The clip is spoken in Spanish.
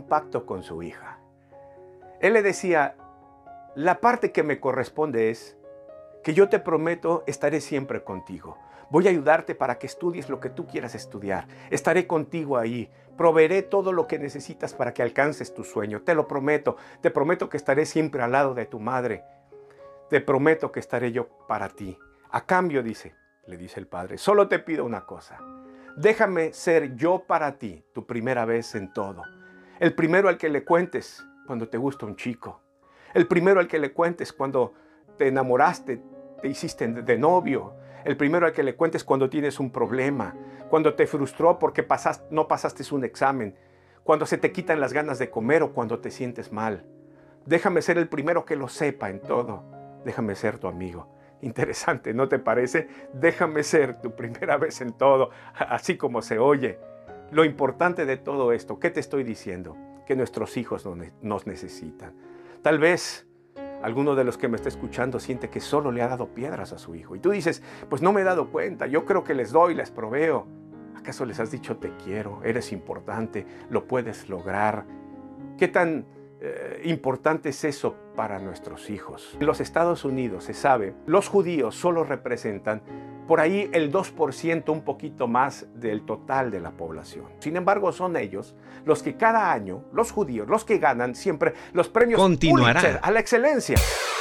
pacto con su hija. Él le decía, la parte que me corresponde es que yo te prometo estaré siempre contigo. Voy a ayudarte para que estudies lo que tú quieras estudiar. Estaré contigo ahí. Proveeré todo lo que necesitas para que alcances tu sueño. Te lo prometo. Te prometo que estaré siempre al lado de tu madre. Te prometo que estaré yo para ti. A cambio, le dice el padre, solo te pido una cosa. Déjame ser yo para ti tu primera vez en todo. El primero al que le cuentes cuando te gusta un chico. El primero al que le cuentes cuando te enamoraste, te hiciste de novio. El primero al que le cuentes cuando tienes un problema, cuando te frustró porque no pasaste un examen, cuando se te quitan las ganas de comer o cuando te sientes mal. Déjame ser el primero que lo sepa en todo. Déjame ser tu amigo. Interesante, ¿no te parece? Déjame ser tu primera vez en todo, así como se oye. Lo importante de todo esto, ¿qué te estoy diciendo? Que nuestros hijos nos necesitan. Tal vez alguno de los que me está escuchando siente que solo le ha dado piedras a su hijo. Y tú dices, pues no me he dado cuenta, yo creo que les doy, les proveo. ¿Acaso les has dicho te quiero, eres importante, lo puedes lograr? ¿Qué tan importante es eso para nuestros hijos? En los Estados Unidos se sabe, los judíos solo representan por ahí el 2%, un poquito más del total de la población. Sin embargo, son ellos los que cada año, los judíos, los que ganan siempre los premios Pulitzer a la excelencia.